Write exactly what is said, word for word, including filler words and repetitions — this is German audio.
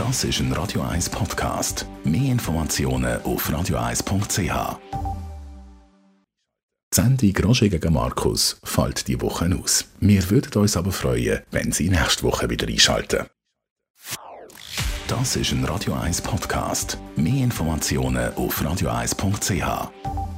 Das ist ein Radio eins Podcast. Mehr Informationen auf radio eins punkt c h. Die Sendung Roger gegen Markus fällt die Woche aus. Wir würden uns aber freuen, wenn Sie nächste Woche wieder einschalten. Das ist ein Radio eins Podcast. Mehr Informationen auf radio eins punkt c h.